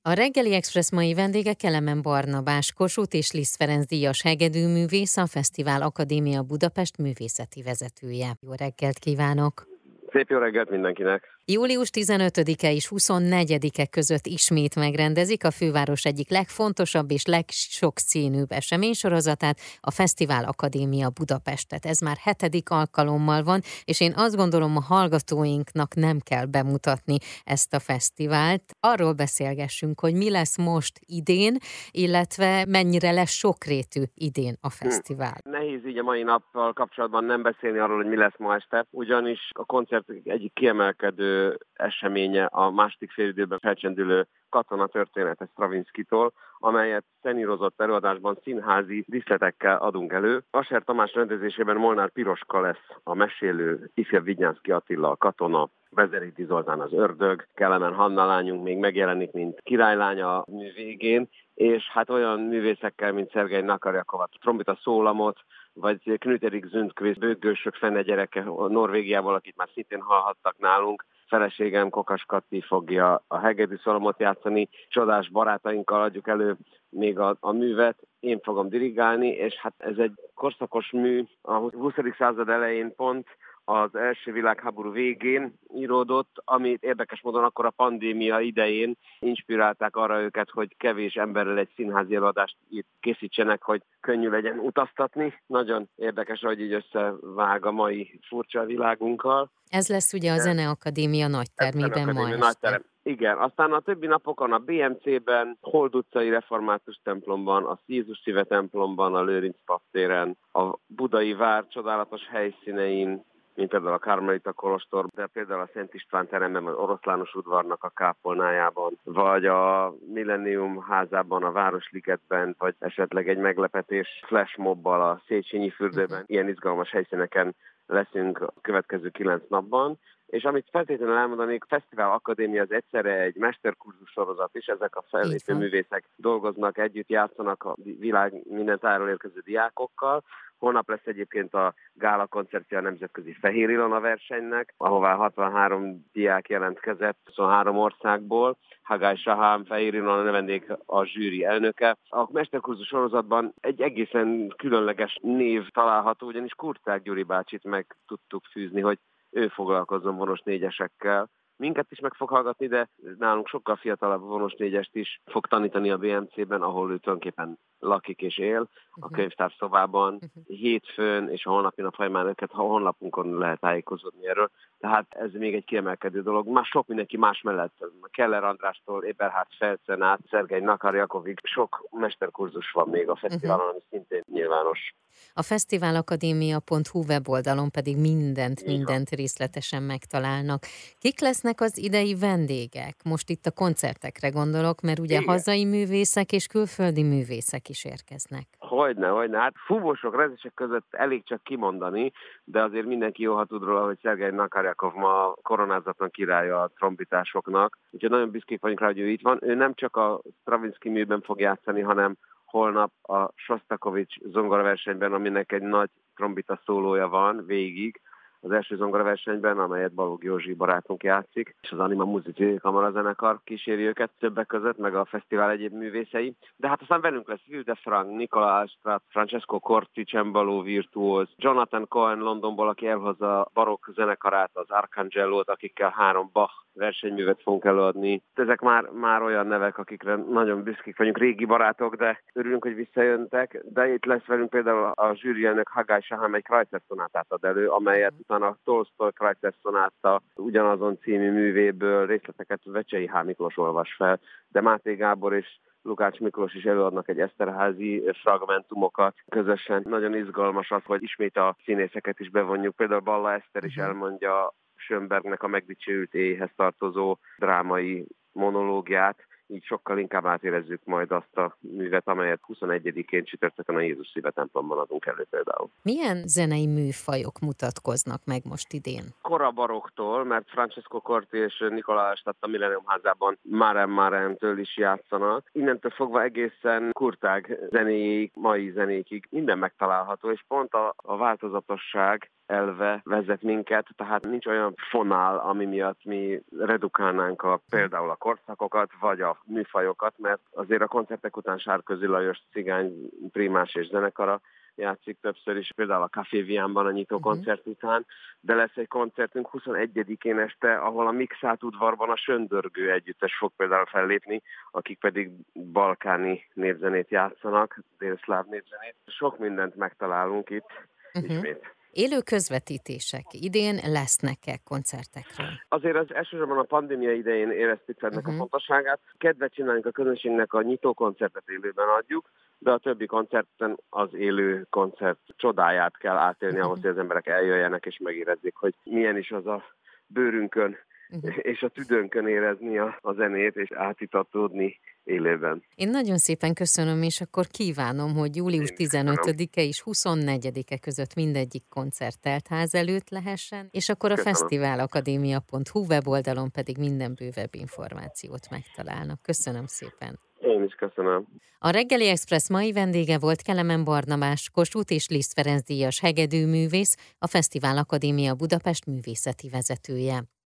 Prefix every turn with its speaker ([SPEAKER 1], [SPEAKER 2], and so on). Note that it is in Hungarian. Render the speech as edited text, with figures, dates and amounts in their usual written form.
[SPEAKER 1] A Reggeli Express mai vendége Kelemen Barnabás, Kossuth és Liszt Ferenc díjas hegedűművész, a Fesztivál Akadémia Budapest művészeti vezetője. Jó reggelt kívánok!
[SPEAKER 2] Szép jó reggelt mindenkinek!
[SPEAKER 1] Július 15-e és 24-e között ismét megrendezik a főváros egyik legfontosabb és legsokszínűbb eseménysorozatát, a Fesztivál Akadémia Budapestet. Ez már 7. alkalommal van, és én azt gondolom, a hallgatóinknak nem kell bemutatni ezt a fesztivált. Arról beszélgessünk, hogy mi lesz most idén, illetve mennyire lesz sokrétű idén a fesztivál.
[SPEAKER 2] Nehéz így a mai nappal kapcsolatban nem beszélni arról, hogy mi lesz ma este, ugyanis a koncert egyik kiemelkedő eseménye a második félidőben felcsendülő Katonatörténete Stravinszkitól, amelyet szenírozott előadásban színházi díszletekkel adunk elő. Aser Tamás rendezésében Molnár Piroska lesz a mesélő, ifjabb Vignyánszky Attila a katona, Bezeréti Zoltán az ördög, Kelemen Hanna lányunk még megjelenik, mint királylánya a mű végén, és hát olyan művészekkel, mint Szergej Nakarjakov, a trombita szólamot, vagy Knut Erik Zündqvist, bőggősök fene gyereke Norvégiából, akit már szintén hallhattak nálunk. Feleségem Kokas Kati fogja a hegedű szólamot játszani, csodás barátainkkal adjuk elő még a művet, én fogom dirigálni, és hát ez egy korszakos mű, a 20. század elején pont, az első világháború végén íródott, amit érdekes módon akkor a pandémia idején inspirálták arra őket, hogy kevés emberrel egy színházi előadást készítsenek, hogy könnyű legyen utaztatni. Nagyon érdekes, hogy így összevág a mai furcsa világunkkal.
[SPEAKER 1] Ez lesz ugye a Zeneakadémia nagytermében ma este.
[SPEAKER 2] Igen, aztán a többi napokon a BMC-ben, Hold utcai református templomban, a Jézus Szíve templomban, a Lőrinc paptéren, a budai vár csodálatos helyszínein, mint például a Karmelita kolostor, de például a Szent István teremben, az Oroszlános udvarnak a kápolnájában, vagy a Millennium házában, a Városligetben, vagy esetleg egy meglepetés flashmobbal a Széchenyi fürdőben. Ilyen izgalmas helyszíneken leszünk a következő 9 napban. És amit feltétlenül elmondanék, Fesztivál Akadémia az egyszerre egy mesterkurzus sorozat is, ezek a fellépő művészek dolgoznak, együtt játszanak a világ minden tájáról érkező diákokkal. Holnap lesz egyébként a gála koncertje a Nemzetközi Fehér Ilona versenynek, ahová 63 diák jelentkezett 23 országból. Hagály Sahám, Fehér Ilona vendég a zsűri elnöke. A mesterkurzus sorozatban egy egészen különleges név található, ugyanis Kurták Gyuri bácsit meg tudtuk fűzni, hogy ő foglalkozzon vonos négyesekkel. Minket is meg fog hallgatni, de nálunk sokkal fiatalabb vonos négyest is fog tanítani a BMC-ben, ahol ő tulajdonképpen lakik és él, a könyvtárszobában, hétfőn és a holnapi nap folyamán őket a honlapunkon lehet tájékozódni erről. Tehát ez még egy kiemelkedő dolog. Már sok mindenki más mellett, Keller Andrástól, Eberhard Felsen át, Szergej Nakarjakovig sok mesterkurzus van még a fesztiválon, ami szintén nyilvános.
[SPEAKER 1] A fesztiválakadémia.hu weboldalon pedig mindent részletesen megtalálnak. Kik lesznek az idei vendégek? Most itt a koncertekre gondolok, mert ugye hazai művészek és külföldi művészek is érkeznek.
[SPEAKER 2] Hogyne. Hát fúvósok, rezesek között elég csak kimondani, de azért mindenki jól ha tud róla, hogy Szergej Nakarjakov ma koronázatlan királya a trombitásoknak. Úgyhogy nagyon büszkék vagyunk rá, hogy ő itt van. Ő nem csak a Stravinszky műben fog játszani, hanem holnap a Sostakovics zongoraversenyben, aminek egy nagy trombita szólója van végig, az első zongoraversenyben, amelyet Balogh Józsi barátunk játszik, és az Anima Musici kamarazenekar kíséri őket többek között, meg a fesztivál egyéb művészei. De hát aztán velünk lesz Wilde Frank, Nicola Alstrat, Francesco Corti, csembaló virtuóz, Jonathan Cohen Londonból, aki elhozza a barokk zenekarát, az Arcangellót, akikkel 3 Bach versenyművet fogunk előadni. Ezek már olyan nevek, akikre nagyon büszkék vagyunk, régi barátok, de örülünk, hogy visszajöntek. De itt lesz velünk például a zsűrielnök Hagály Sahám egy Kreutzer szonátát ad elő, amelyet utána Tolsztoj Kreutzer szonáta ugyanazon című művéből részleteket Vecsei H. Miklós olvas fel, de Máté Gábor és Lukács Miklós is előadnak egy Eszterházi fragmentumokat közösen. Nagyon izgalmas az, hogy ismét a színészeket is bevonjuk. Például Balla Eszter is elmondja Schönbergnek a Megdicsőült éjhez tartozó drámai monológiát, így sokkal inkább átérezzük majd azt a művet, amelyet 21-én csütörtökön a Jézus Szíve templomban adunk elő például.
[SPEAKER 1] Milyen zenei műfajok mutatkoznak meg most idén?
[SPEAKER 2] Kora baroktól, mert Francesco Corti és Nicola Alstrat a Millennium házában Maren-től is játszanak. Innentől fogva egészen Kurtág zenéig, mai zenékig minden megtalálható, és pont a változatosság elve vezet minket, tehát nincs olyan fonál, ami miatt mi redukálnánk például a korszakokat, vagy a műfajokat, mert azért a koncertek után Sárközi Lajos cigány primás és zenekara játszik többször is, például a Café Viánban a nyitó koncert után, de lesz egy koncertünk 21-én este, ahol a Mixát udvarban a Söndörgő együttes fog például fellépni, akik pedig balkáni népzenét játszanak, délszláv népzenét. Sok mindent megtalálunk itt ismét.
[SPEAKER 1] Élő közvetítések idén lesznek-e koncertekről?
[SPEAKER 2] Azért az elsősorban a pandémia idején éreztük ennek a fontosságát. Kedvet csinálunk a közönségnek, a nyitó koncertet élőben adjuk, de a többi koncerten az élő koncert csodáját kell átélni ahhoz, hogy az emberek eljöjjenek és megérezzék, hogy milyen is az a bőrünkön és a tüdőnkön érezni a zenét és átitatódni élőben.
[SPEAKER 1] Én nagyon szépen köszönöm, és akkor kívánom, hogy július 15-e és 24-e között mindegyik koncert teltház előtt lehessen, és akkor a fesztiválakadémia.hu weboldalon pedig minden bővebb információt megtalálnak. Köszönöm szépen.
[SPEAKER 2] Én is köszönöm.
[SPEAKER 1] A Reggeli Express mai vendége volt Kelemen Barnabás, Kossuth és Liszt Ferenc díjas hegedűművész, a Fesztiválakadémia Budapest művészeti vezetője.